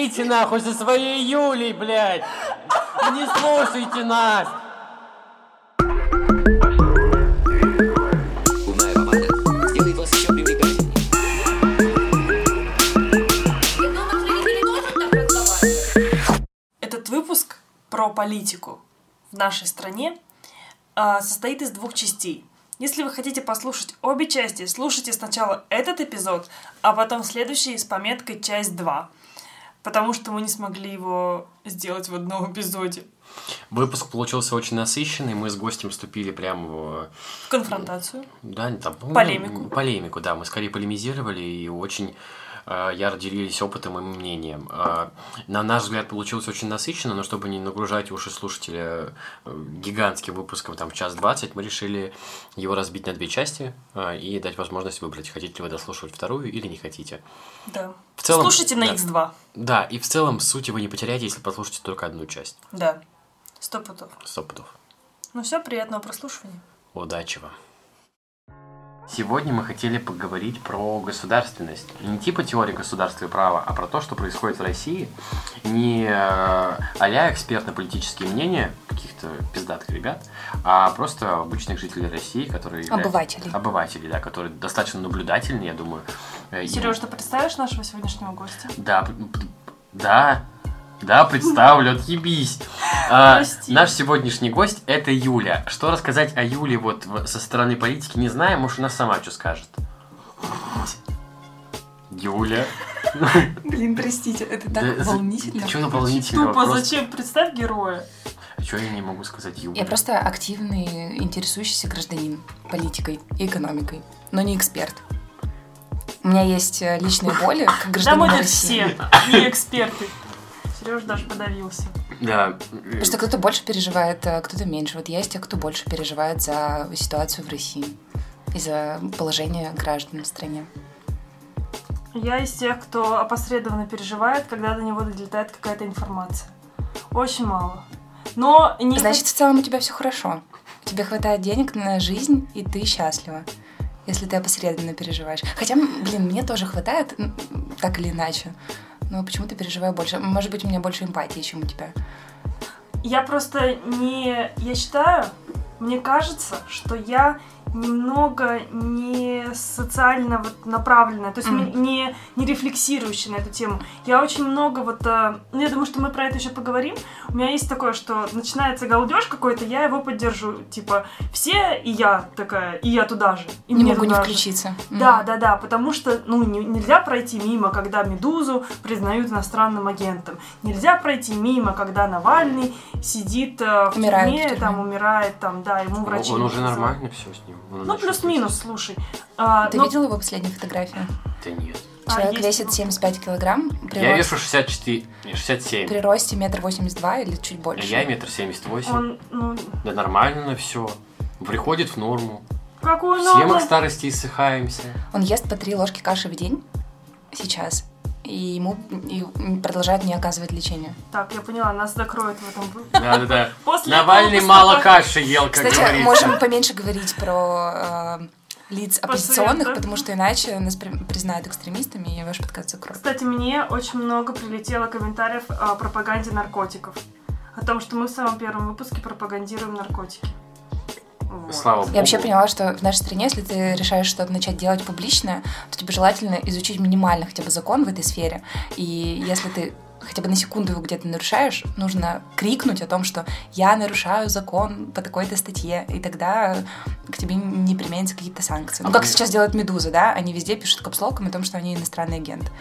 Говорите нахуй со своей Юлей, блядь! Не слушайте нас! Умная помада сделает вас еще привлекательнее. Этот выпуск про политику в нашей стране состоит из 2 частей. Если вы хотите послушать обе части, слушайте сначала этот эпизод, а потом следующий с пометкой «Часть 2», потому что мы не смогли его сделать в одном эпизоде. Выпуск получился очень насыщенный, мы с гостем вступили прямо в конфронтацию. Да, там, полемику. Полемику, да, мы скорее полемизировали и очень яро делились опытом и мнением. На наш взгляд, получилось очень насыщенно, но чтобы не нагружать уши слушателя гигантским выпуском там, в 1:20, мы решили его разбить на 2 части и дать возможность выбрать, хотите ли вы дослушивать вторую или не хотите. Да. В целом, слушайте на да. X2. Да, и в целом сути вы не потеряете, если послушаете только одну часть. Да, 100%. 100%. Ну все, приятного прослушивания. Удачи вам. Сегодня мы хотели поговорить про государственность. Не типа теории государства и права, а про то, что происходит в России. Не а-ля экспертно-политические мнения каких-то пиздатых ребят, а просто обычных жителей России, которые являются... Обыватели, да, которые достаточно наблюдательны, я думаю. Серёж, ты представишь нашего сегодняшнего гостя? Да, представлю, отъебись. Наш сегодняшний гость – это Юля. Что рассказать о Юле вот со стороны политики не знаю, может, она сама что скажет. Юля. Блин, простите, это так волнительно. Чего волнительного? Тупо, зачем? Представь героя. Чего я не могу сказать, Юля? Я просто активный, интересующийся гражданин политикой и экономикой, но не эксперт. У меня есть личные боли, как гражданина России. Да мы все не эксперты. Серёж даже подавился. Да. Потому что кто-то больше переживает, а кто-то меньше. Вот я из тех, кто больше переживает за ситуацию в России и за положение граждан в стране. Я из тех, кто опосредованно переживает, когда до него долетает какая-то информация. Очень мало. Но не... Значит, в целом у тебя все хорошо. Тебе хватает денег на жизнь, и ты счастлива, если ты опосредованно переживаешь. Хотя, мне тоже хватает, так или иначе. Но почему-то переживаю больше. Может быть, у меня больше эмпатии, чем у тебя. Я просто не... Я считаю, мне кажется, что я немного не социально вот направленная, то есть не рефлексирующая на эту тему. Я очень много я думаю, что мы про это еще поговорим. У меня есть такое, что начинается галдеж какой-то, я его поддержу. Типа, все, и я такая, и я туда же. И не могу не включиться. Да, потому что, нельзя пройти мимо, когда Медузу признают иностранным агентом. Нельзя пройти мимо, когда Навальный сидит в тюрьме, умирает, ему врачи. Он уже нормально все с ним. Плюс-минус, слушай. Ты видел его последнюю фотографию? Да нет. Человек весит 75 килограмм. Я вешу 67. При росте 1,82 м или чуть больше. Я 1,78 м. Да нормально все. Приходит в норму. Какую норму? Все мы к норму? старости иссыхаемся. Он ест по 3 ложки каши в день сейчас. И ему продолжают не оказывать лечение. Так, я поняла, нас закроют в этом. Да. Навальный мало каши ел, как Кстати, говорится. можем поменьше говорить про лиц оппозиционных, потому что иначе нас признают экстремистами, и ваш подкаст закроют. Кстати, мне очень много прилетело комментариев о пропаганде наркотиков. О том, что мы в самом первом выпуске пропагандируем наркотики. Вот. Слава богу. Я вообще поняла, что в нашей стране, если ты решаешь что-то начать делать публично, то тебе желательно изучить минимально хотя бы закон в этой сфере. И если ты хотя бы на секунду его где-то нарушаешь, нужно крикнуть о том, что я нарушаю закон по такой-то статье, и тогда к тебе не применятся какие-то санкции. Ну, как сейчас делает Медуза, да? Они везде пишут капслоком о том, что они иностранный агент.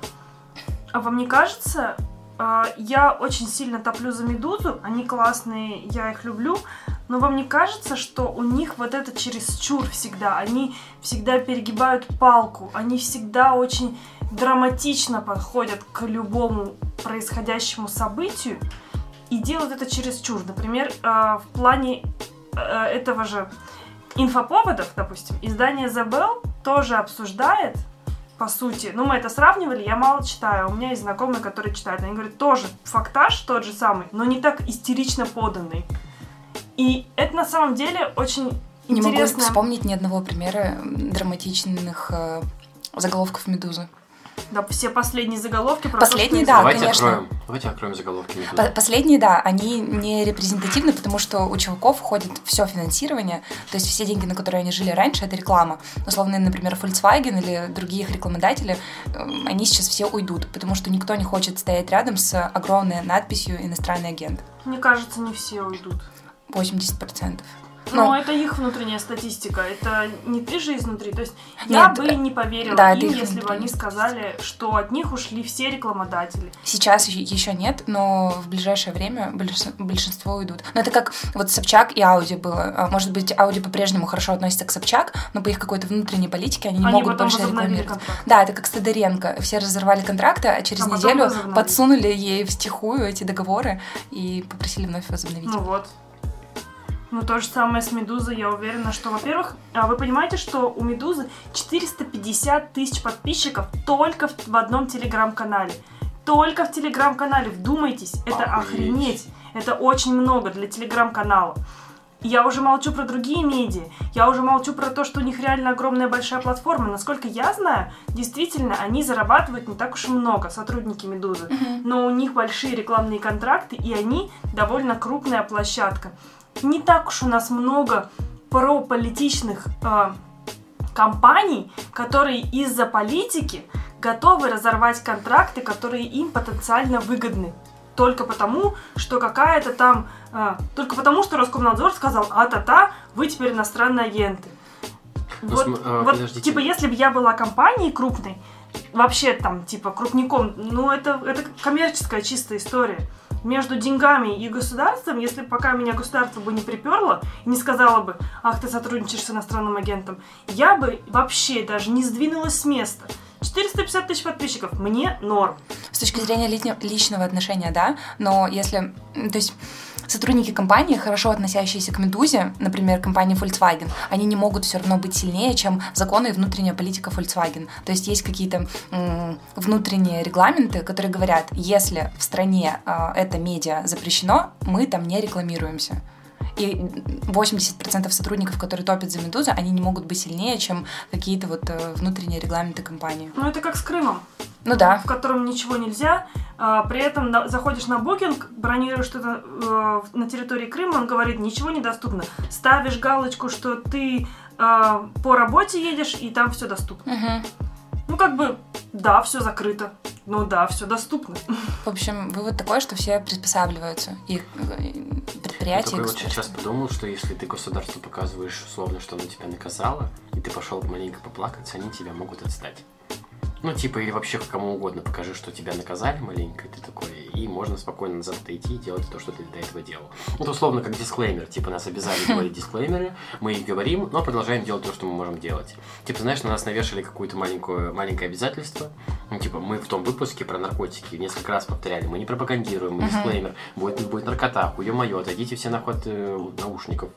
А вам не кажется... Я очень сильно топлю за Медузу, они классные, я их люблю, но вам не кажется, что у них вот это чересчур всегда, они всегда перегибают палку, они всегда очень драматично подходят к любому происходящему событию и делают это чересчур. Например, в плане этого же инфоповодов, допустим, издание The Bell тоже обсуждает, по сути, мы это сравнивали, я мало читаю, у меня есть знакомые, которые читают, они говорят, тоже фактаж тот же самый, но не так истерично поданный. И это на самом деле очень не интересно. Не могу вспомнить ни одного примера драматичных заголовков «Медузы». Да, все последние заголовки про Последние, то, что... да, конечно. Давайте откроем заголовки «Медузы». Последние, да, они не репрезентативны, потому что у чуваков входит все финансирование, то есть все деньги, на которые они жили раньше, это реклама. Условно, например, Volkswagen или другие их рекламодатели, они сейчас все уйдут, потому что никто не хочет стоять рядом с огромной надписью «Иностранный агент». Мне кажется, не все уйдут. 80%. Но это их внутренняя статистика, это не ты же изнутри. То есть Нет, я бы не поверила да, им, это их если бы внутренняя они сказали, что от них ушли все рекламодатели. Сейчас еще нет, но в ближайшее время большинство уйдут. Но это как вот Собчак и Audi было. Может быть, Audi по-прежнему хорошо относится к Собчак, но по их какой-то внутренней политике они не могут больше рекламировать. Контракт. Да, это как с Тодоренко. Все разорвали контракты, а через неделю подсунули ей втихую эти договоры и попросили вновь возобновить. Ну вот. Ну, то же самое с «Медузой», я уверена, что, во-первых, вы понимаете, что у «Медузы» 450 тысяч подписчиков только в одном телеграм-канале. Только в телеграм-канале, вдумайтесь, это охренеть. Это очень много для телеграм-канала. Я уже молчу про другие медиа, я уже молчу про то, что у них реально огромная большая платформа. Насколько я знаю, действительно, они зарабатывают не так уж и много, сотрудники «Медузы». Но у них большие рекламные контракты, и они довольно крупная площадка. Не так уж у нас много прополитичных компаний, которые из-за политики готовы разорвать контракты, которые им потенциально выгодны. Только потому, что какая-то там... только потому, что Роскомнадзор сказал, а-та-та, вы теперь иностранные агенты. Вот типа, если бы я была компанией крупной, вообще там, типа, крупником, ну, это коммерческая чистая история. Между деньгами и государством, если пока меня государство бы не приперло и не сказало бы, ах, ты сотрудничаешь с иностранным агентом, я бы вообще даже не сдвинулась с места. 450 тысяч подписчиков, мне норм. С точки зрения личного отношения, да, но если, то есть сотрудники компании, хорошо относящиеся к «Медузе», например, компании Volkswagen, они не могут все равно быть сильнее, чем законы и внутренняя политика Volkswagen. То есть есть какие-то внутренние регламенты, которые говорят, если в стране это медиа запрещено, мы там не рекламируемся. И 80% сотрудников, которые топят за «Медузу», они не могут быть сильнее, чем какие-то вот внутренние регламенты компании. Ну, это как с Крымом. Ну да. В котором ничего нельзя. При этом заходишь на Booking, бронируешь что-то на территории Крыма, он говорит, ничего недоступно. Ставишь галочку, что ты по работе едешь, и там все доступно. Ну, как бы, да, все закрыто. Ну да, все доступно. В общем, вывод такой, что все приспосабливаются. И предприятия, я вот сейчас подумал, что если ты государству показываешь условно, что оно тебя наказало, и ты пошел маленько поплакаться, они тебя могут отстать. Ну, типа, или вообще кому угодно покажи, что тебя наказали маленько, и ты такой, и можно спокойно назад отойти и делать то, что ты до этого делал. Это условно как дисклеймер, типа, нас обязали говорить дисклеймеры, мы их говорим, но продолжаем делать то, что мы можем делать. Типа, знаешь, на нас навешали какое-то маленькое обязательство, ну, типа, мы в том выпуске про наркотики несколько раз повторяли, мы не пропагандируем, мы дисклеймер, будет наркота, ё-моё, отойдите все нахуй от наушников,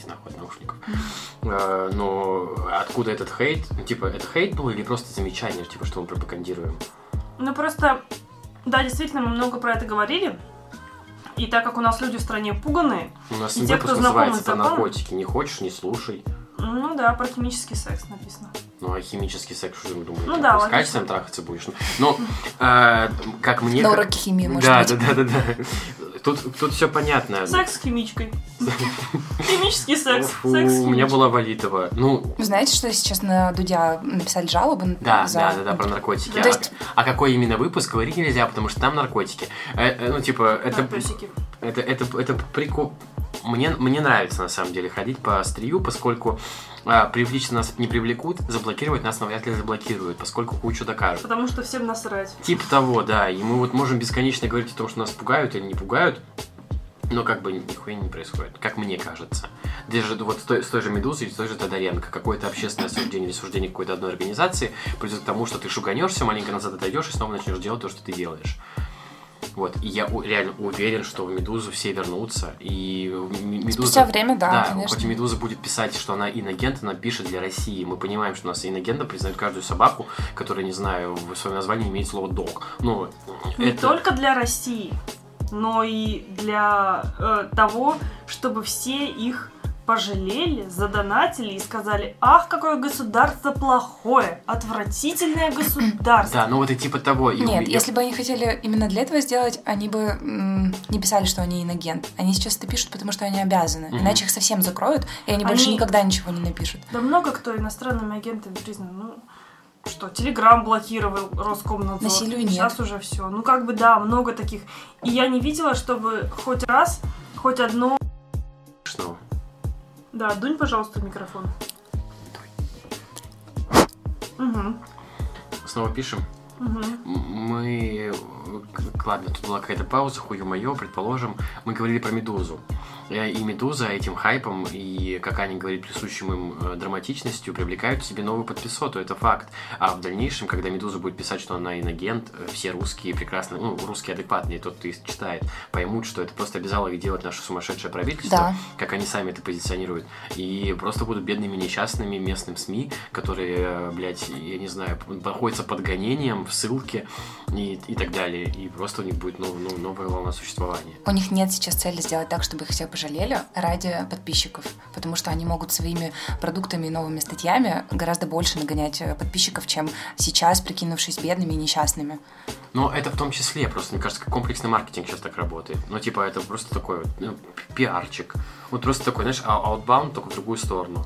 но откуда этот хейт? Ну, типа, это хейт был или просто замечание, типа, что мы пропагандируем? Ну, просто, да, действительно, мы много про это говорили. И так как у нас люди в стране пуганые, у нас и те, выпуск кто знакомы называется с про законом... наркотики. Не хочешь, не слушай. Ну да, про химический секс написано. Ну, а химический секс, что я думаю, ну, да, с качеством трахаться будешь. Ну, как мне... На уроке химии, может быть. Да. Тут все понятно. Секс с химичкой. Химический секс. У меня была Валитова. Ну... Вы знаете, что сейчас на Дудя написали жалобы? Да, про наркотики. А какой именно выпуск говорить нельзя, потому что там наркотики. Ну, типа, это... Это прикол... Мне нравится, на самом деле, ходить по острию, поскольку привлечь нас не привлекут, заблокировать нас навряд ли заблокируют, поскольку кучу докажут. Потому что всем насрать. Типа того, да. И мы вот можем бесконечно говорить о том, что нас пугают или не пугают, но как бы нихуя не происходит, как мне кажется. Даже вот с той же «Медузой», с той же Тодоренко, какое-то общественное осуждение или суждение какой-то одной организации приведет к тому, что ты шуганешься, маленько назад отойдешь и снова начнешь делать то, что ты делаешь. Вот, и я реально уверен, что в «Медузу» все вернутся, и «Медуза». Спустя время, да, конечно. Хоть «Медуза» будет писать, что она инагент, она пишет для России. Мы понимаем, что у нас инагента признают каждую собаку, которая, не знаю, в своем названии имеет слово «дог». Но не только для России, но и для того, чтобы все их пожалели, задонатили и сказали: ах, какое государство плохое, отвратительное государство. Да, ну вот и типа того. Нет, если бы они хотели именно для этого сделать, они бы не писали, что они инагент. Они сейчас это пишут, потому что они обязаны. Иначе их совсем закроют, и они больше никогда ничего не напишут. Да много кто иностранными агентами признан. Ну, что, Телеграм блокировал Роскомнадзор. Насилию нет. Сейчас уже все. Ну, как бы, да, много таких. И я не видела, чтобы хоть раз, хоть одно... Что? Да, дунь, пожалуйста, в микрофон. Угу. Снова пишем? Угу. Мы... Ладно, тут была какая-то пауза, хую-моё, предположим. Мы говорили про «Медузу». И «Медуза» этим хайпом и, как Аня говорит, присущим им драматичностью привлекают к себе новую подписоту, это факт. А в дальнейшем, когда «Медуза» будет писать, что она инагент, все русские прекрасно, ну, русские адекватные, тот, кто их читает, поймут, что это просто обязало их делать наше сумасшедшее правительство, да. Как они сами это позиционируют. И просто будут бедными несчастными местным СМИ, которые, блядь, я не знаю, находятся под гонением, в ссылке и так далее. И просто у них будет новая волна существования. У них нет сейчас цели сделать так, чтобы их все пожалели ради подписчиков, потому что они могут своими продуктами и новыми статьями гораздо больше нагонять подписчиков, чем сейчас, прикинувшись бедными и несчастными. Но это в том числе, просто, мне кажется, как комплексный маркетинг сейчас так работает. Ну, типа, это просто такой вот, пиарчик. Вот просто такой, знаешь, outbound, только в другую сторону.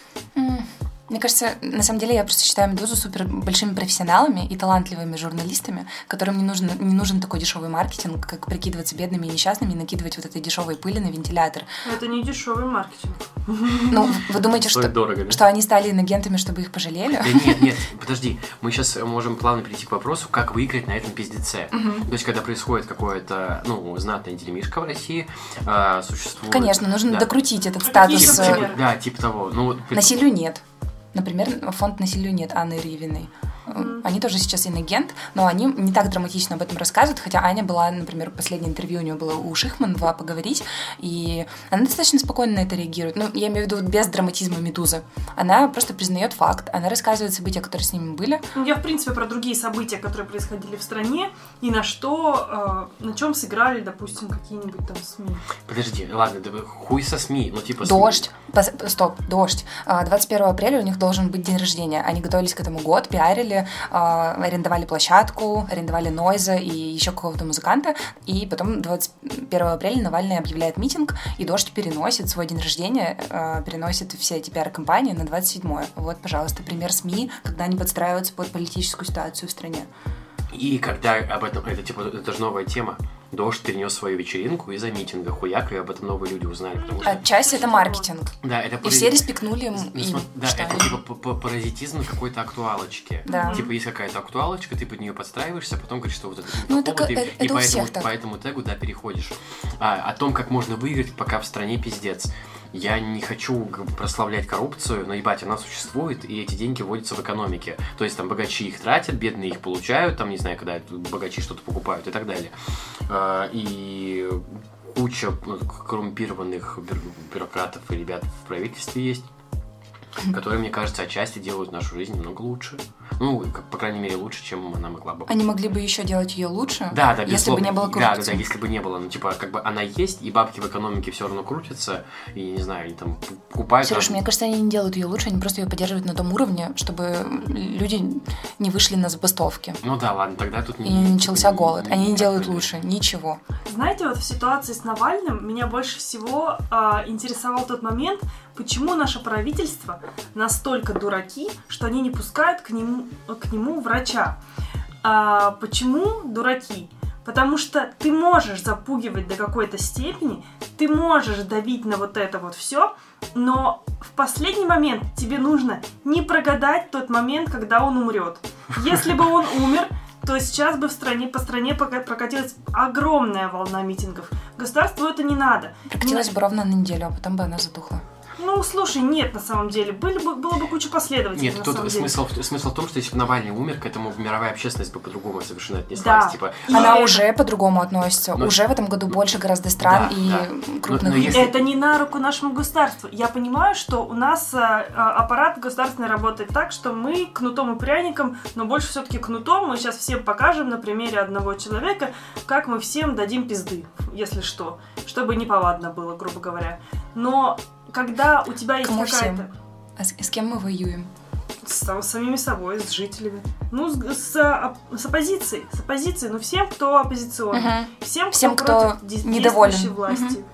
Мне кажется, на самом деле я просто считаю «Медузу» супер большими профессионалами и талантливыми журналистами, которым не нужен такой дешевый маркетинг, как прикидываться бедными и несчастными и накидывать вот этой дешевой пыли на вентилятор. Это не дешевый маркетинг. Ну, вы думаете, что они стали инагентами, чтобы их пожалели? Да нет, подожди. Мы сейчас можем плавно перейти к вопросу, как выиграть на этом пиздеце. То есть, когда происходит какое-то, знатное делимишко в России, существует... Конечно, нужно докрутить этот статус. Да, типа того. Насилию нет. Например, фонд «Насилию нет» Анны Ривиной. Они тоже сейчас инагент, но они не так драматично об этом рассказывают, хотя Аня была, например, последнее интервью у нее было у Шихманова поговорить, и она достаточно спокойно на это реагирует. Ну, я имею в виду без драматизма «Медузы». Она просто признает факт, она рассказывает события, которые с ними были. Я, в принципе, про другие события, которые происходили в стране, и на на чем сыграли, допустим, какие-нибудь там СМИ. Подожди, ладно, хуй со СМИ, «Дождь». Стоп, «Дождь». 21 апреля у них должен быть день рождения. Они готовились к этому год, пиарили, арендовали площадку, арендовали Нойза и еще какого-то музыканта, и потом 21 апреля Навальный объявляет митинг, и «Дождь» переносит свой день рождения, переносит все эти пиар-компании на 27-е. Вот, пожалуйста, пример СМИ, когда они подстраиваются под политическую ситуацию в стране. И когда об этом, это же новая тема. «Дождь» перенес свою вечеринку из-за митинга. Хуяк, и об этом новые люди узнали. Отчасти это маркетинг. Да, это и все респектнули им. Да, это типа паразитизм какой-то актуалочки. Да. Типа есть какая-то актуалочка, ты под нее подстраиваешься, а потом говоришь, что вот это и по этому тегу, переходишь. О том, как можно выиграть, пока в стране пиздец. Я не хочу прославлять коррупцию, но, ебать, она существует, и эти деньги вводятся в экономике. То есть там богачи их тратят, бедные их получают, там, не знаю, когда богачи что-то покупают и так далее. И куча коррумпированных бюрократов и ребят в правительстве есть, которые, мне кажется, отчасти делают нашу жизнь немного лучше. Ну, по крайней мере, лучше, чем она могла бы быть. Они могли бы еще делать ее лучше, да, если бы не было коррупции. Да, если бы не было. Ну, типа, как бы она есть, и бабки в экономике все равно крутятся, и, не знаю, они там покупают... Сереж, мне кажется, они не делают ее лучше, они просто ее поддерживают на том уровне, чтобы люди не вышли на забастовки. Ну да, ладно, тогда тут... И не начался голод. Они не делают лучше ничего. Знаете, вот в ситуации с Навальным меня больше всего интересовал тот момент, почему наше правительство настолько дураки, что они не пускают к нему врача. Почему дураки? Потому что ты можешь запугивать до какой-то степени, ты можешь давить на вот это вот все, но в последний момент тебе нужно не прогадать тот момент, когда он умрет. Если бы он умер, то сейчас бы по стране прокатилась огромная волна митингов. Государству это не надо. Прокатилась бы ровно на неделю, а потом бы она затухла. Ну, слушай, нет, на самом деле. Было бы куча последователей. Нет, тут смысл в том, что если бы Навальный умер, к этому мировая общественность бы по-другому совершенно отнеслась. Да. Типа, она уже по-другому относится. Уже в этом году больше гораздо стран крупных. Это не на руку нашему государству. Я понимаю, что у нас аппарат государственный работает так, что мы кнутом и пряником, но больше все-таки кнутом. Мы сейчас всем покажем на примере одного человека, как мы всем дадим пизды, если что. Чтобы неповадно было, грубо говоря. Но когда у тебя есть Кому какая-то... всем? А с кем мы воюем? С самими собой, с жителями. Ну, с оппозицией. С оппозицией, ну, всем, кто оппозиционный. Всем, кто против недоволен. действующей власти.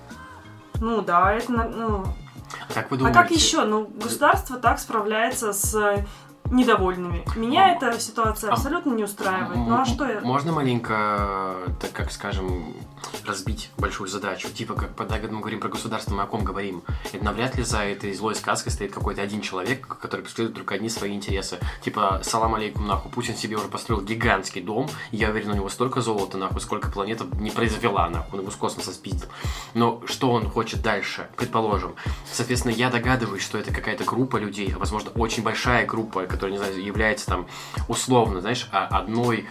Ну, да, это... Ну... Как вы А думаете? как еще? Ну, государство так справляется с недовольными. Меня эта ситуация абсолютно не устраивает. Ну, а что я... Можно маленько, так как скажем, разбить большую задачу? Типа, когда мы говорим про государство, мы о ком говорим? Это навряд ли за этой злой сказкой стоит какой-то один человек, который преследует только одни свои интересы. Типа, салам алейкум, нахуй, Путин себе уже построил гигантский дом, и я уверен, у него столько золота, нахуй, сколько планета не произвела, нахуй, он его с космоса спиздил. Но что он хочет дальше, предположим? Соответственно, я догадываюсь, что это какая-то группа людей, возможно, очень большая группа, которая, не знаю, является там условно, знаешь, одной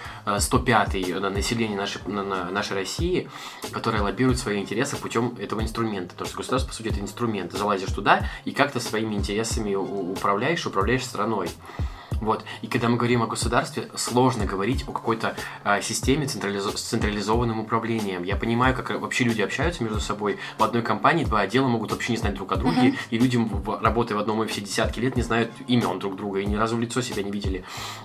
105-й населения нашей России, которая лоббирует свои интересы путем этого инструмента. Потому что государство, по сути, это инструмент. Ты залазишь туда и как-то своими интересами управляешь страной. Вот. И когда мы говорим о государстве, сложно говорить о какой-то системе с централизованным управлением. Я понимаю, как вообще люди общаются между собой. В одной компании два отдела могут вообще не знать друг о друге, и люди, работая в одном офисе десятки лет, не знают имен друг друга и ни разу в лицо себя не видели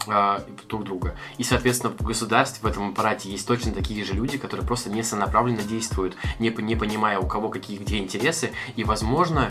друг друга. И, соответственно, в государстве, в этом аппарате есть точно такие же люди, которые просто несонаправленно действуют, не понимая, у кого какие где интересы. И, возможно,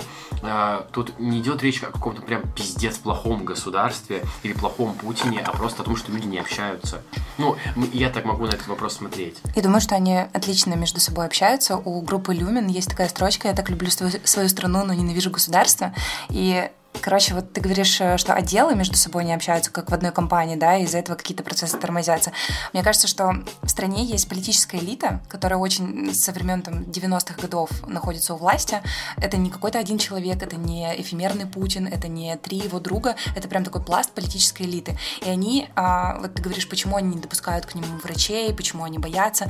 тут не идет речь о каком-то прям пиздец плохом государстве или плохом Путине, а просто о том, что люди не общаются. Ну, я так могу на этот вопрос смотреть. Я думаю, что они отлично между собой общаются. У группы Люмен есть такая строчка: «Я так люблю свою страну, но ненавижу государство». И короче, вот ты говоришь, что отделы между собой не общаются, как в одной компании, да, и из-за этого какие-то процессы тормозятся. Мне кажется, что в стране есть политическая элита, которая очень со времен там 90-х годов находится у власти. Это не какой-то один человек, это не эфемерный Путин, это не 3 его друга, это прям такой пласт политической элиты. И они, вот ты говоришь, почему они не допускают к нему врачей, почему они боятся.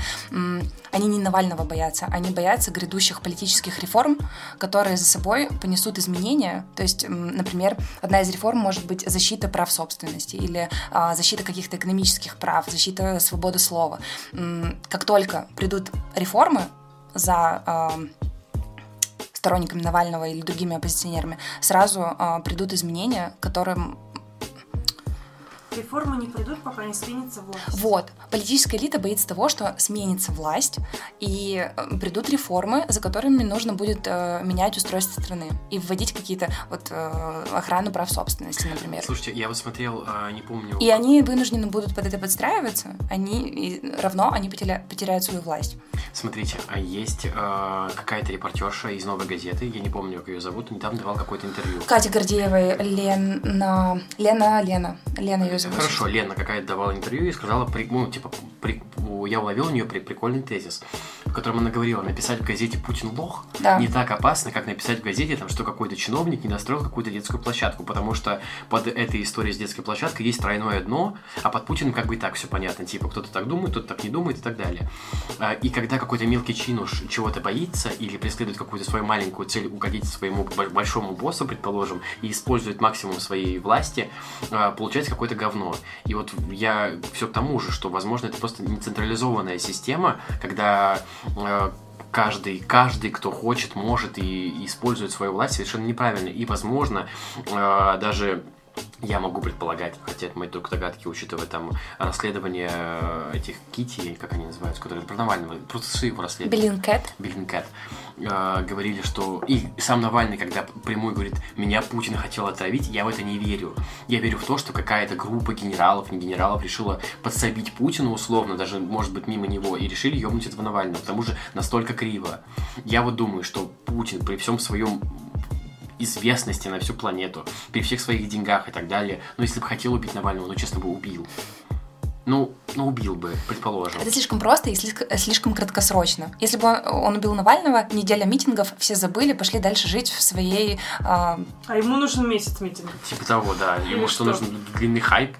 Они не Навального боятся, они боятся грядущих политических реформ, которые за собой понесут изменения. То есть, например, одна из реформ может быть защита прав собственности или защита каких-то экономических прав, защита свободы слова. Как только придут реформы за сторонниками Навального или другими оппозиционерами, сразу придут изменения, которым... Реформы не придут, пока не сменится власть. Вот. Политическая элита боится того, что сменится власть, и придут реформы, за которыми нужно будет менять устройство страны и вводить какие-то вот охрану прав собственности, например. Слушайте, я вот смотрел, не помню... И они вынуждены будут под это подстраиваться, они потеряют свою власть. Смотрите, есть какая-то репортерша из «Новой газеты», я не помню, как ее зовут, недавно давал какое-то интервью. Катя Гордеева, Лена ее зовут. Хорошо, Лена какая-то давала интервью и сказала, я уловил у нее прикольный тезис, в котором она говорила: написать в газете «Путин лох» не так опасно, как написать в газете, что какой-то чиновник не достроил какую-то детскую площадку, потому что под этой историей с детской площадкой есть тройное дно, а под Путиным как бы и так все понятно, типа кто-то так думает, кто-то так не думает и так далее. И когда какой-то мелкий чинуш чего-то боится или преследует какую-то свою маленькую цель угодить своему большому боссу, предположим, и использует максимум своей власти, получается какое-то говно. И вот я все к тому же, что, возможно, это просто не централизованная система, когда каждый, кто хочет, может и использует свою власть совершенно неправильно. И, возможно, даже... Я могу предполагать, хотя это мои только догадки, учитывая там расследование этих Кити, как они называются, которые про Навального, просто его расследовали. Bellingcat. Говорили, что... И сам Навальный, когда прямой говорит, меня Путин хотел отравить, я в это не верю. Я верю в то, что какая-то группа генералов, не генералов, решила подсобить Путину условно, даже, может быть, мимо него, и решили ёбнуть этого Навального, потому что настолько криво. Я вот думаю, что Путин при всем своем известности на всю планету, при всех своих деньгах и так далее, если бы хотел убить Навального, честно бы убил. Убил бы, предположим. Это слишком просто и слишком краткосрочно. Если бы он убил Навального, неделя митингов, все забыли, пошли дальше жить в своей... А ему нужен месяц митингов. Типа того, да. Ему что нужен длинный хайп.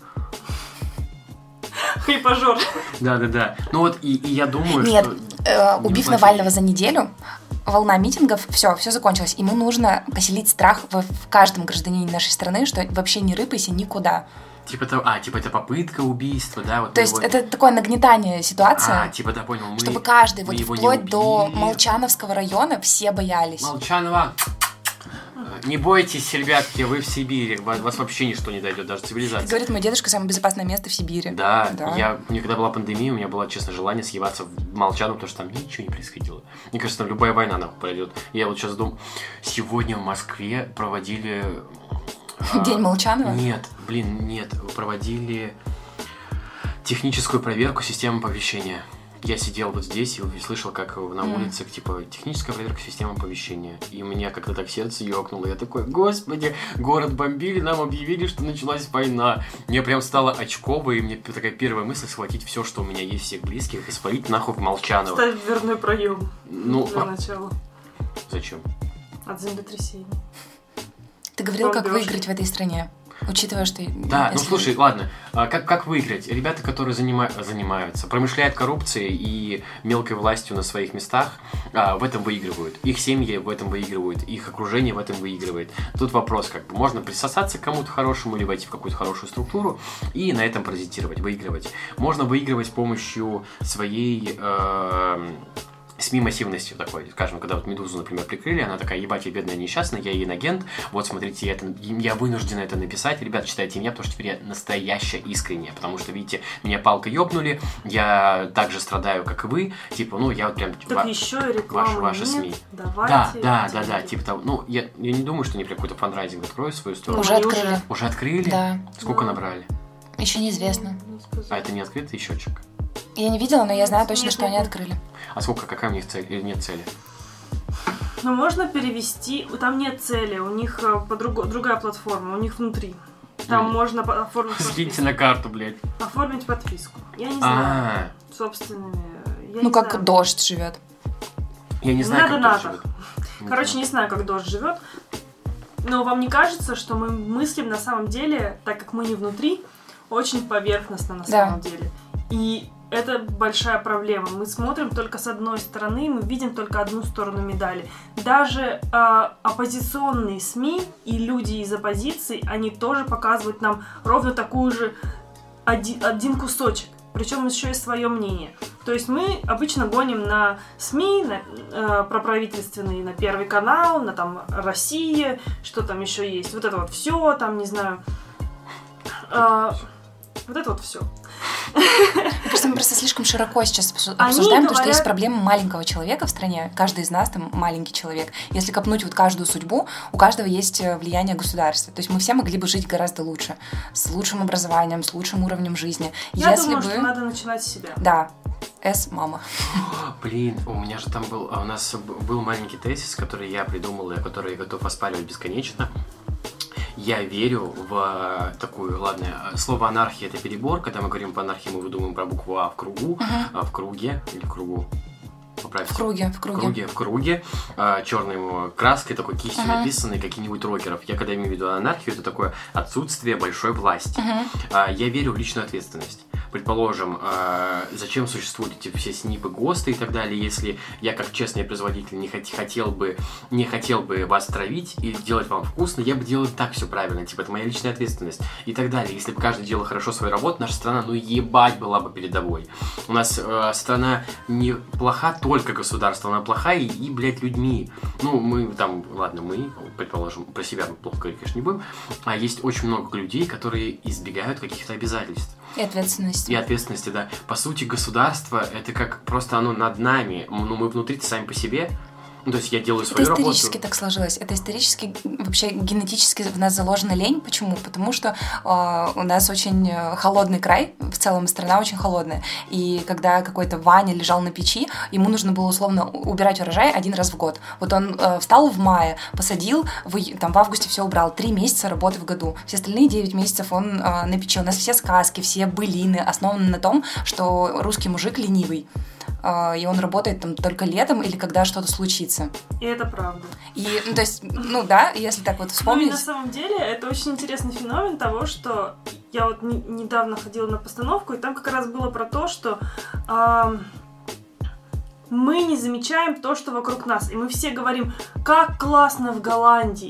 Хайпажор. Да. И я думаю, Нет, убив Навального за неделю, волна митингов, все закончилось. Ему нужно поселить страх в каждом гражданине нашей страны, что вообще не рыпайся никуда. это попытка убийства, да? То есть это такое нагнетание ситуации. Да, понял. Чтобы каждый, вплоть до Молчановского района, все боялись. Молчанова! Не бойтесь, ребятки, вы в Сибири, вас вообще ничто не дойдет, даже цивилизация. Говорит, мой дедушка, самое безопасное место в Сибири. Да, у меня когда была пандемия, у меня было, честно, желание съебаться в Молчану, потому что там ничего не происходило. Мне кажется, там любая война нахуй пройдет. Я вот сейчас думаю, сегодня в Москве проводили... День Молчанова? Нет, проводили техническую проверку системы оповещения. Я сидел вот здесь и слышал, как на улице, типа, техническая проверка системы оповещения. И у меня как-то так сердце ёкнуло. Я такой, господи, город бомбили, нам объявили, что началась война. Мне прям стало очково, и мне такая первая мысль схватить все, что у меня есть, всех близких, и свалить нахуй в Молчаново. Ставь дверной проем для начала. Зачем? От землетрясения. Ты говорил, как выиграть в этой стране. Учитывая, что... Да, ну слушай, ладно, как выиграть? Ребята, которые занимаются, промышляют коррупцией и мелкой властью на своих местах, в этом выигрывают. Их семьи в этом выигрывают, их окружение в этом выигрывает. Тут вопрос, как бы, можно присосаться к кому-то хорошему или войти в какую-то хорошую структуру и на этом паразитировать, выигрывать. Можно выигрывать с помощью своей... СМИ массивностью такой, скажем, когда вот Медузу, например, прикрыли, она такая, ебать, я бедная несчастная, я инагент, вот смотрите, я вынуждена это написать, ребята, читайте меня, потому что теперь я настоящая, искренняя, потому что, видите, меня палкой ёбнули, я так же страдаю, как и вы, типа, ну, я вот прям... Так еще и реклама ваши нет, СМИ. Давайте. Да, типа того, ну, я не думаю, что они прям какой-то фандрайзинг откроют свою сторону. Уже открыли. Уже открыли? Да. Сколько набрали? Еще неизвестно. А это не открытый счетчик? Я не видела, но я знаю точно, что они открыли. А сколько, какая у них цель или нет цели? Ну, можно перевести, там нет цели, у них другая платформа, у них внутри. Там можно оформить подписку. Скиньте на карту, блядь. Оформить подписку. Я не знаю. Собственными. Ну, как Дождь живет. Я не знаю, как Дождь живет. Короче, не знаю, как Дождь живет. Но вам не кажется, что мы мыслим на самом деле, так как мы не внутри, очень поверхностно на самом деле. И это большая проблема. Мы смотрим только с одной стороны, мы видим только одну сторону медали. Даже оппозиционные СМИ и люди из оппозиции, они тоже показывают нам ровно такую же один кусочек. Причем еще и свое мнение. То есть мы обычно гоним на СМИ, проправительственные, на Первый канал, на там Россия, что там еще есть. Вот это вот все, там, не знаю. Вот это вот все. Мне кажется, мы просто слишком широко сейчас обсуждаем, потому что есть проблема маленького человека в стране. Каждый из нас там маленький человек. Если копнуть вот каждую судьбу, у каждого есть влияние государства. То есть мы все могли бы жить гораздо лучше. С лучшим образованием, с лучшим уровнем жизни. Я думаю, что надо начинать с себя. Да. Мама. Блин, у меня же там был... У нас был маленький тезис, который я придумал, и который я готов оспаривать бесконечно. Я верю в такую, ладно, слово анархия — это перебор. Когда мы говорим по анархии, мы думаем про букву А в кругу, в круге или в кругу. Поправьте. В круге. Черной краской, такой кистью написанной, каких-нибудь рокеров. Я когда имею в виду анархию, это такое отсутствие большой власти. Я верю в личную ответственность. Предположим, зачем существуют эти все СНИПы, ГОСТы и так далее, если я как честный производитель не хотел бы вас травить и делать вам вкусно, я бы делал так все правильно, типа это моя личная ответственность и так далее. Если бы каждый делал хорошо свою работу, наша страна, ну ебать, была бы передовой. У нас страна не плоха только государство, она плоха и блядь, людьми. Ну, мы там, ладно, мы, предположим, про себя мы плохо говорить, конечно, не будем, а есть очень много людей, которые избегают каких-то обязательств. И ответственности, да. По сути, государство — это как просто оно над нами. Ну, мы внутри-то сами по себе. Ну, то есть я делаю свою работу. Это исторически так сложилось. Это исторически, вообще генетически в нас заложена лень. Почему? Потому что у нас очень холодный край, в целом страна очень холодная. И когда какой-то Ваня лежал на печи, ему нужно было условно убирать урожай один раз в год. Вот он встал в мае, посадил, в августе все убрал. 3 месяца работы в году. Все остальные 9 месяцев он на печи. У нас все сказки, все былины основаны на том, что русский мужик ленивый. И он работает там только летом или когда что-то случится. И это правда. И, ну, то есть, ну да, если так вот вспомнить... Ну и на самом деле это очень интересный феномен того, что я вот недавно ходила на постановку, и там как раз было про то, что мы не замечаем то, что вокруг нас. И мы все говорим, как классно в Голландии,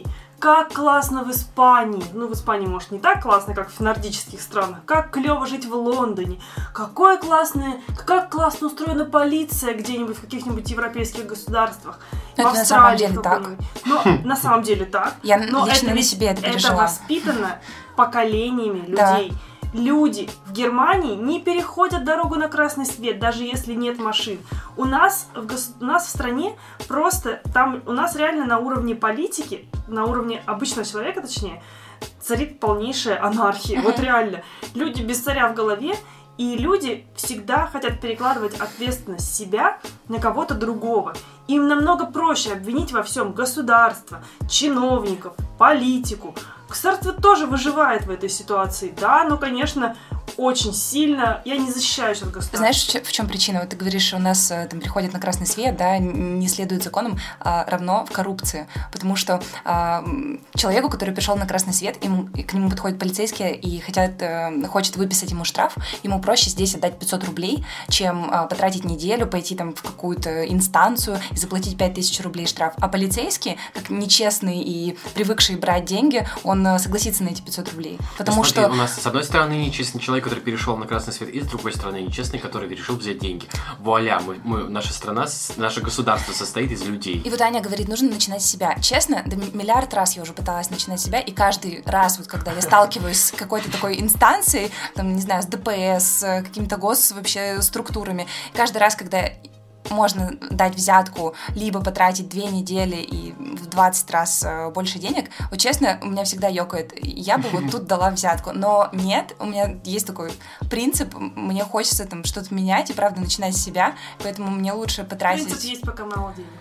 как классно в Испании. Ну, в Испании, может, не так классно, как в нордических странах. Как клево жить в Лондоне. Как классно устроена полиция где-нибудь в каких-нибудь европейских государствах. Это в на самом Австралии деле так. Но на самом деле так. Я Но лично на ведь себе это Это пережила. воспитано поколениями Да. людей. Люди в Германии не переходят дорогу на красный свет, даже если нет машин. У нас в стране просто там у нас реально на уровне политики, на уровне обычного человека, точнее, царит полнейшая анархия. Вот реально. Люди без царя в голове, и люди всегда хотят перекладывать ответственность себя на кого-то другого. Им намного проще обвинить во всем государство, чиновников, политику. Государство тоже выживает в этой ситуации, да, но, конечно, очень сильно. Я не защищаюсь от государства. Знаешь, в чем причина? Вот ты говоришь, у нас там приходят на красный свет, да, не следует законам, равно в коррупции. Потому что человеку, который пришел на красный свет, к нему подходят полицейские и хочет выписать ему штраф, ему проще здесь отдать 500 рублей, чем потратить неделю, пойти там в какую-то инстанцию и заплатить 5000 рублей штраф. А полицейский, как нечестный и привыкший брать деньги, он согласится на эти 500 рублей. Потому Смотри, что у нас с одной стороны нечестный человек, который перешел на красный свет, и с другой стороны нечестный, который решил взять деньги. Вуаля, наша страна, наше государство состоит из людей. И вот Аня говорит, нужно начинать с себя. Честно, да миллиард раз я уже пыталась начинать с себя, и каждый раз, вот когда я сталкиваюсь с какой-то такой инстанцией, там, не знаю, с ДПС, с какими-то вообще структурами, каждый раз, когда можно дать взятку, либо потратить 2 недели и в 20 раз больше денег, вот честно, у меня всегда ёкает, я бы вот тут дала взятку, но нет, у меня есть такой принцип, мне хочется там что-то менять и, правда, начинать с себя, поэтому мне лучше потратить... Принцип есть, пока мало денег.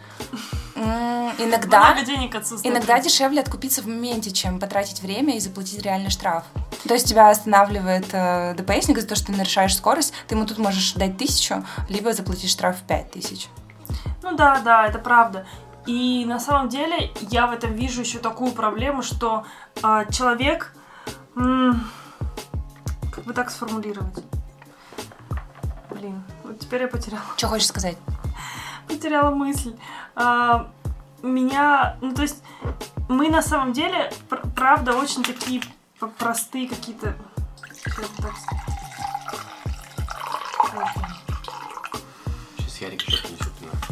Иногда, Много денег отсутствует. иногда дешевле откупиться в моменте, чем потратить время и заплатить реальный штраф. То есть тебя останавливает ДПСник за то, что ты нарушаешь скорость, ты ему тут можешь дать 1000, либо заплатить штраф в 5000. Ну да, это правда. И на самом деле я в этом вижу еще такую проблему, что человек... как бы так сформулировать? Блин, вот теперь я потеряла. Что хочешь сказать? Потеряла мысль. То есть мы на самом деле, правда, очень такие простые какие-то... Сейчас Ярик что-то несет.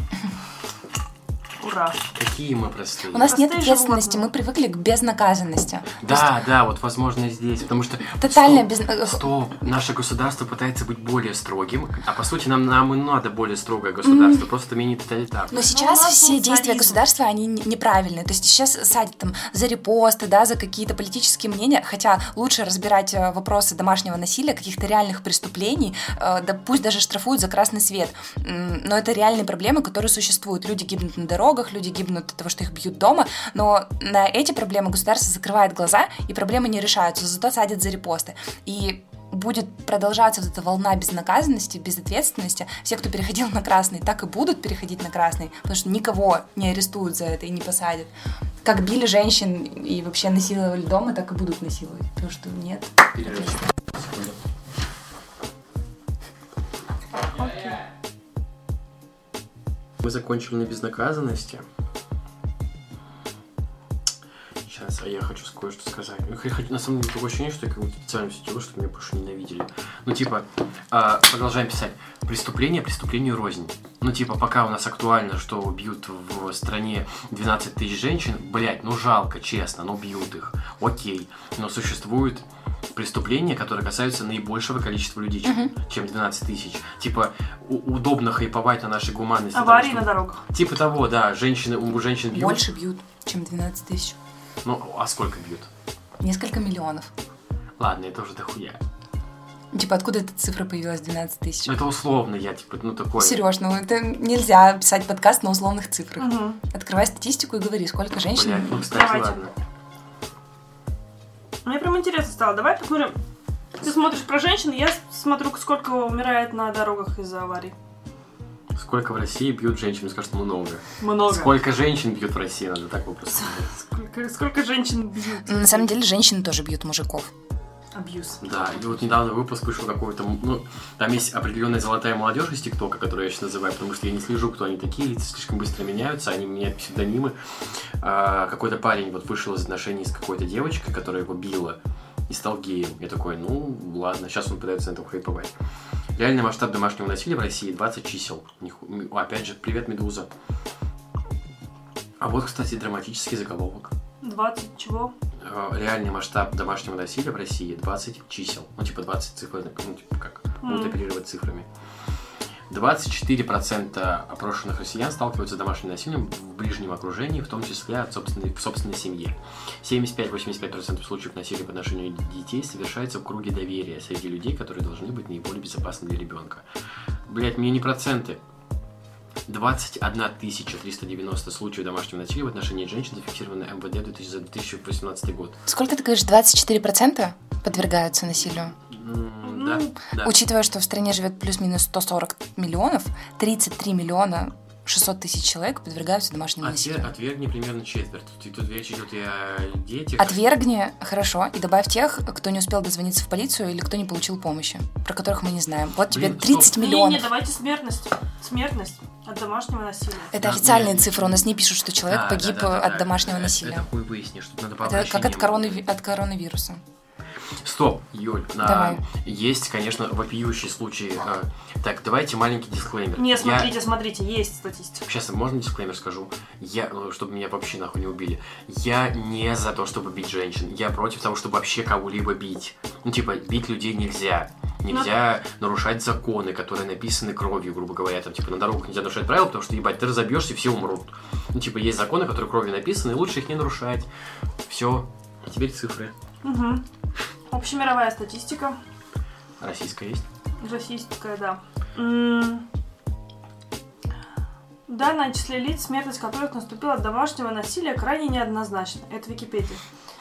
Ура. Какие мы простые. У нас нет Простые ответственности, животные. мы привыкли к безнаказанности. Да, вот возможно здесь, потому что... Тотальная Наше государство пытается быть более строгим, а по сути нам и надо более строгое государство, просто менее тоталитарное. Но сейчас у нас все был действия царизм. государства, они неправильные. То есть сейчас садят там за репосты, да, за какие-то политические мнения, хотя лучше разбирать вопросы домашнего насилия, каких-то реальных преступлений, да пусть даже штрафуют за красный свет. Но это реальные проблемы, которые существуют. Люди гибнут на дорогах, люди гибнут от того, что их бьют дома, но на эти проблемы государство закрывает глаза, и проблемы не решаются, зато садят за репосты. И будет продолжаться вот эта волна безнаказанности, безответственности. Все, кто переходил на красный, так и будут переходить на красный, потому что никого не арестуют за это и не посадят. Как били женщин и вообще насиловали дома, так и будут насиловать. Потому что нет. Мы закончили на безнаказанности. Сейчас, а я хочу кое-что сказать. На самом деле, такое ощущение, что я как будто специально все делаю, чтобы меня больше ненавидели. Ну, типа, продолжаем писать. Преступление преступлению рознь. Ну, типа, пока у нас актуально, что бьют в стране 12 тысяч женщин, блять, ну жалко, честно, ну бьют их. Окей. Но существует преступления, которые касаются наибольшего количества людей, чем 12 тысяч. Типа, удобно хайповать на нашей гуманности. Аварии потому, на дорогах. Типа того, да, у женщин бьют. Больше бьют, чем 12 тысяч. Ну, а сколько бьют? Несколько миллионов. Ладно, это уже дохуя. Типа, откуда эта цифра появилась, 12 тысяч? Это условно, я типа, ну такое. Сереж, ну это нельзя писать подкаст на условных цифрах. Угу. Открывай статистику и говори, сколько женщин... Блядь, ну, кстати, Давайте. ладно. Мне прям интересно стало. Давай посмотрим. Ты смотришь про женщин, я смотрю, сколько умирает на дорогах из-за аварий. Сколько в России бьют женщин? Мне кажется, много. Много. Сколько женщин бьют в России? Надо так вопрос. Сколько женщин бьют? На самом деле женщины тоже бьют мужиков. абьюз. Да, и вот недавно выпуск вышел какой-то, ну, там есть определенная золотая молодежь из ТикТока, которую я сейчас называю, потому что я не слежу, кто они такие, лица слишком быстро меняются, они меняют псевдонимы. Какой-то парень вот вышел из отношений с какой-то девочкой, которая его била, и стал геем. Я такой, ну, ладно, сейчас он пытается на этом хайповать. Реальный масштаб домашнего насилия в России 20 чисел. Опять же, привет, Медуза. А вот, кстати, драматический заголовок. 20 чего? Реальный масштаб домашнего насилия в России 20 чисел. Ну, типа 20 цифр, ну, типа как, будут оперировать цифрами. 24% опрошенных россиян сталкиваются с домашним насилием в ближнем окружении, в том числе в собственной семье. 75-85% случаев насилия по отношению детей совершается в круге доверия среди людей, которые должны быть наиболее безопасны для ребенка. Блять, мне не проценты. 21 390 случаев домашнего насилия в отношении женщин зафиксированы МВД за 2018 год. Сколько ты говоришь, 24% подвергаются насилию? Да. Учитывая, что в стране живет плюс-минус 140 миллионов, 33 миллиона 600 тысяч человек подвергаются домашнему насилию. Отвергни примерно четверть. Тут речь идет и о детях. Отвергни, хорошо, и добавь тех, кто не успел дозвониться в полицию или кто не получил помощи, про которых мы не знаем. Вот тебе 30 миллионов. Не, давайте смертность. Смертность от домашнего насилия. Это официальные цифры, у нас не пишут, что человек погиб от домашнего насилия. Это хуй выяснишь, тут надо по Это как от коронавируса. Стоп, Юль, Давай. Есть, конечно, вопиющие случаи. Так, давайте маленький дисклеймер. Не, смотрите, есть статистика. Сейчас можно дисклеймер скажу? Чтобы меня вообще нахуй не убили. Я не за то, чтобы бить женщин. Я против того, чтобы вообще кого-либо бить. Ну, типа, бить людей нельзя. Нельзя нарушать законы, которые написаны кровью, грубо говоря. Там, типа, на дорогах нельзя нарушать правила, потому что, ебать, ты разобьешься, и все умрут. Ну, типа, есть законы, которые кровью написаны, и лучше их не нарушать. Все. А теперь цифры. Угу. Общемировая статистика. Российская есть? Российская, да. Данное число лиц, смертность которых наступила от домашнего насилия, крайне неоднозначно. Это Википедия.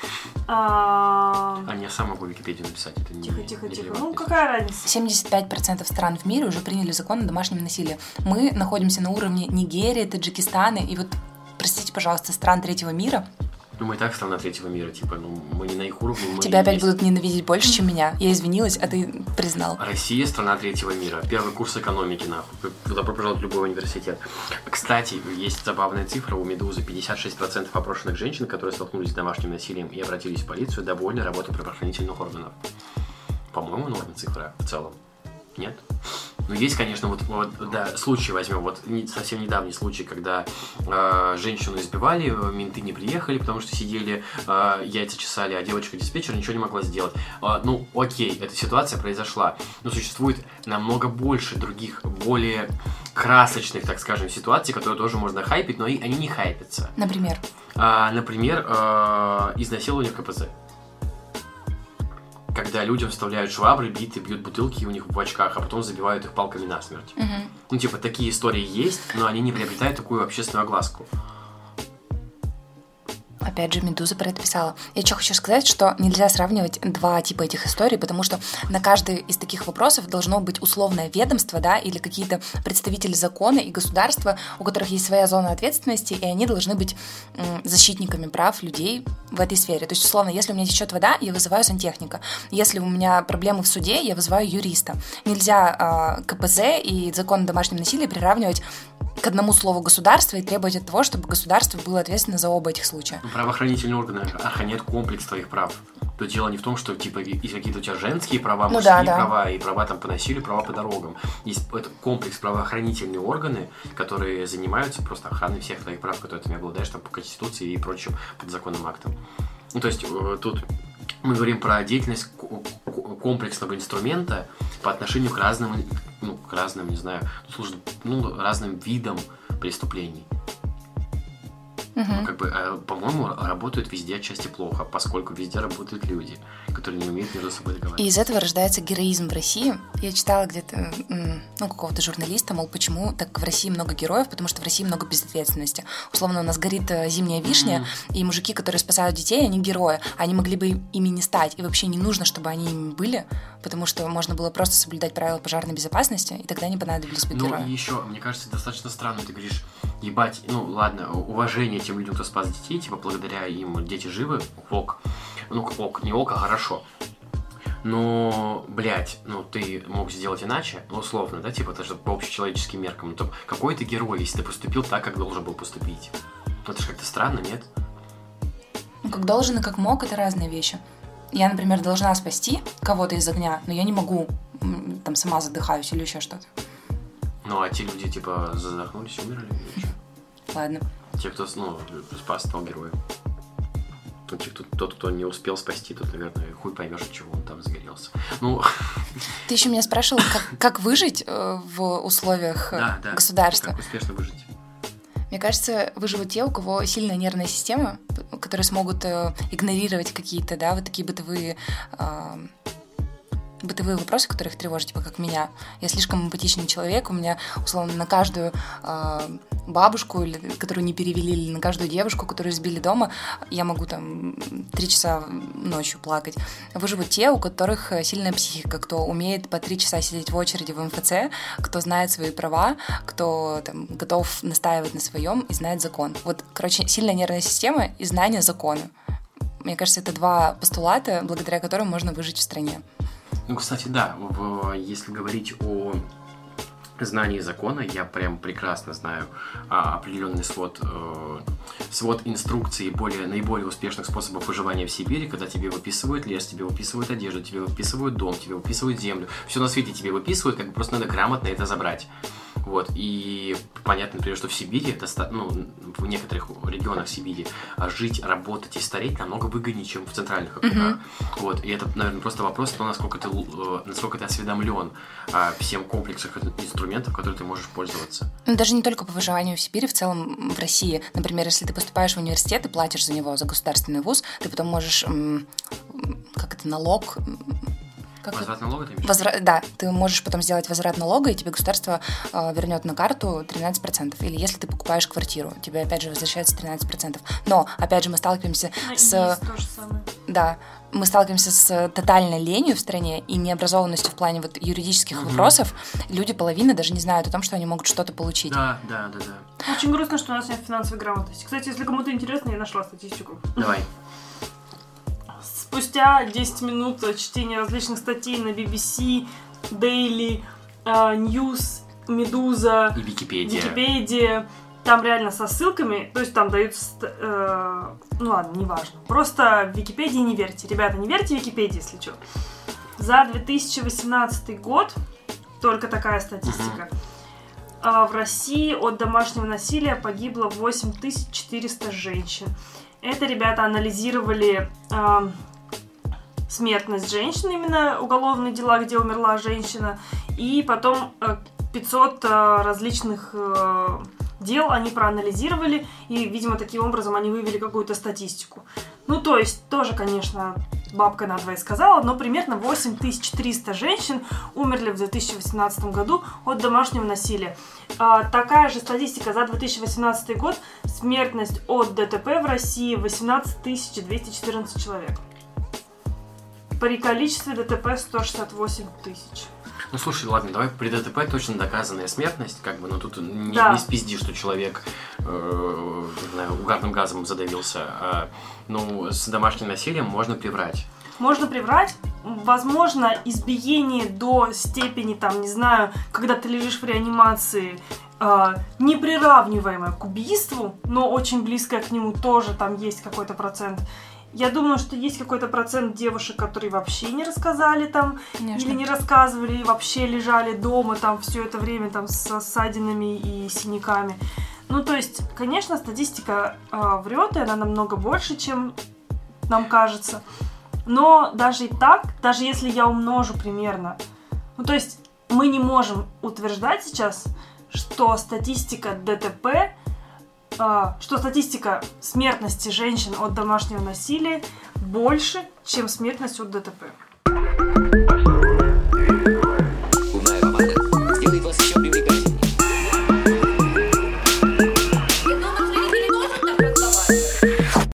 Я сам могу Википедию написать. Это Тихо. Ну, какая разница? 75% стран в мире уже приняли закон о домашнем насилии. Мы находимся на уровне Нигерии, Таджикистана и вот, простите, пожалуйста, стран третьего мира. Ну, мы и так страна третьего мира, типа, мы не на их уровне. Тебя опять будут ненавидеть больше, чем меня. Я извинилась, а ты признал. Россия страна третьего мира. Первый курс экономики, нахуй. Добро пожаловать в любой университет. Кстати, есть забавная цифра у Медузы. 56% опрошенных женщин, которые столкнулись с домашним насилием и обратились в полицию, довольны работой правоохранительных органов. По-моему, норма цифра в целом. Нет? Ну, есть, конечно, да, случай возьмем, совсем недавний случай, когда женщину избивали, менты не приехали, потому что сидели, яйца чесали, а девочка-диспетчер ничего не могла сделать. Ну, окей, эта ситуация произошла, но существует намного больше других, более красочных, так скажем, ситуаций, которые тоже можно хайпить, но они не хайпятся. Например? Например, изнасилование в КПЗ. Когда людям вставляют швабры, биты, бьют бутылки у них в очках, а потом забивают их палками насмерть. Ну, типа, такие истории есть, но они не приобретают такую общественную огласку. Опять же, Медуза про это писала. Я что хочу сказать, что нельзя сравнивать два типа этих историй, потому что на каждый из таких вопросов должно быть условное ведомство, да, или какие-то представители закона и государства, у которых есть своя зона ответственности, и они должны быть защитниками прав людей в этой сфере. То есть, условно, если у меня течет вода, я вызываю сантехника. Если у меня проблемы в суде, я вызываю юриста. Нельзя КПЗ и закон о домашнем насилии приравнивать к одному слову государства и требовать от того, чтобы государство было ответственно за оба этих случая. Правоохранительные органы охраняют комплекс твоих прав. То дело не в том, что типа есть какие-то у тебя женские права, мужские права и права там по насилию, права по дорогам. Есть комплекс правоохранительные органы, которые занимаются просто охраной всех твоих прав, которые ты обладаешь там по Конституции и прочим подзаконным актам. Ну, то есть тут мы говорим про деятельность комплексного инструмента по отношению к разным, не знаю, разным видам преступлений. По-моему, работают везде отчасти плохо, поскольку везде работают люди, которые не умеют между собой договариваться. И из этого рождается героизм в России. Я читала где-то, какого-то журналиста, мол, почему так в России много героев, потому что в России много безответственности. Условно, у нас горит зимняя вишня, и мужики, которые спасают детей, они герои. Они могли бы ими не стать, и вообще не нужно, чтобы они ими были, потому что можно было просто соблюдать правила пожарной безопасности, и тогда не понадобились бы герои. Ну, и еще, мне кажется, достаточно странно, ты говоришь, ебать, ладно, уважение тем людям, кто спас детей, типа, благодаря им дети живы, ок. Не ок, а хорошо. Но, блядь, ну ты мог сделать иначе, ну условно, да, типа, это же по общечеловеческим меркам. Ну, то какой ты герой, если ты поступил так, как должен был поступить? Ну, это же как-то странно, нет? Ну, как должен и как мог — это разные вещи. Я, например, должна спасти кого-то из огня, но я не могу, там, сама задыхаюсь или еще что-то. Ну, а те люди, типа, задохнулись, умерли или что? Ладно. Те, кто, ну, спас, стал героем. Тот, кто не успел спасти, тот, наверное, хуй поймешь, от чего он там загорелся. Ну... Ты еще меня спрашивал, как выжить в условиях государства. Как успешно выжить. Мне кажется, выживут те, у кого сильная нервная система, которые смогут игнорировать какие-то, да, вот такие бытовые вопросы, которые их тревожат, типа как меня. Я слишком эмпатичный человек, у меня, условно, на каждую бабушку, которую не перевели, или на каждую девушку, которую избили дома, я могу там 3 часа ночью плакать. Выживут те, у которых сильная психика, кто умеет по 3 часа сидеть в очереди в МФЦ, кто знает свои права, кто там готов настаивать на своем и знает закон. Вот, короче, сильная нервная система и знание закона. Мне кажется, это 2 постулата, благодаря которым можно выжить в стране. Ну, кстати, да, если говорить о знании закона, я прям прекрасно знаю определенный свод инструкций наиболее успешных способов выживания в Сибири, когда тебе выписывают лес, тебе выписывают одежду, тебе выписывают дом, тебе выписывают землю. Все на свете тебе выписывают, как бы просто надо грамотно это забрать. Вот, и понятно, например, что в Сибири, в некоторых регионах Сибири жить, работать и стареть намного выгоднее, чем в центральных округах. Вот, и это, наверное, просто вопрос того, насколько ты осведомлен о всем комплексах инструментов, которые ты можешь пользоваться. Ну, даже не только по выживанию в Сибири, в целом в России. Например, если ты поступаешь в университет и платишь за него, за государственный вуз, ты потом можешь, налог... Возврат налога ты имеешь? Да, ты можешь потом сделать возврат налога, и тебе государство вернет на карту 13%. Или если ты покупаешь квартиру, тебе опять же возвращается 13%. Но, опять же, мы сталкиваемся с... То же самое. Да, мы сталкиваемся с тотальной ленью в стране и необразованностью в плане вот юридических вопросов. Люди половина даже не знают о том, что они могут что-то получить. Да. Очень грустно, что у нас нет финансовой грамотности. Кстати, если кому-то интересно, я нашла статистику. Давай. Спустя 10 минут чтения различных статей на BBC, Daily, News, Медуза и Википедия, там реально со ссылками, то есть там даются... ну ладно, неважно. Просто в Википедии не верьте. Ребята, не верьте Википедии, если что. За 2018 год, только такая статистика, в России от домашнего насилия погибло 8400 женщин. Это ребята анализировали... смертность женщин, именно уголовные дела, где умерла женщина, и потом 500 различных дел они проанализировали, и, видимо, таким образом они вывели какую-то статистику. Ну, то есть, тоже, конечно, бабка надвое сказала, но примерно 8300 женщин умерли в 2018 году от домашнего насилия. Такая же статистика за 2018 год. Смертность от ДТП в России 18 214 человек. При количестве ДТП 168 тысяч. Ну, слушай, ладно, давай при ДТП точно доказанная смертность, как бы, но тут не спизди, что человек угарным газом задавился. Ну, с домашним насилием можно приврать. Можно приврать. Возможно, избиение до степени, там, не знаю, когда ты лежишь в реанимации, неприравниваемое к убийству, но очень близкое к нему тоже, там есть какой-то процент. Я думаю, что есть какой-то процент девушек, которые вообще не рассказали там, Конечно. или не рассказывали, и вообще лежали дома там все это время там с ссадинами и синяками. Ну, то есть, конечно, статистика врет, и она намного больше, чем нам кажется. Но даже и так, даже если я умножу примерно, ну, то есть, мы не можем утверждать сейчас, что статистика ДТП, что статистика смертности женщин от домашнего насилия больше, чем смертность от ДТП.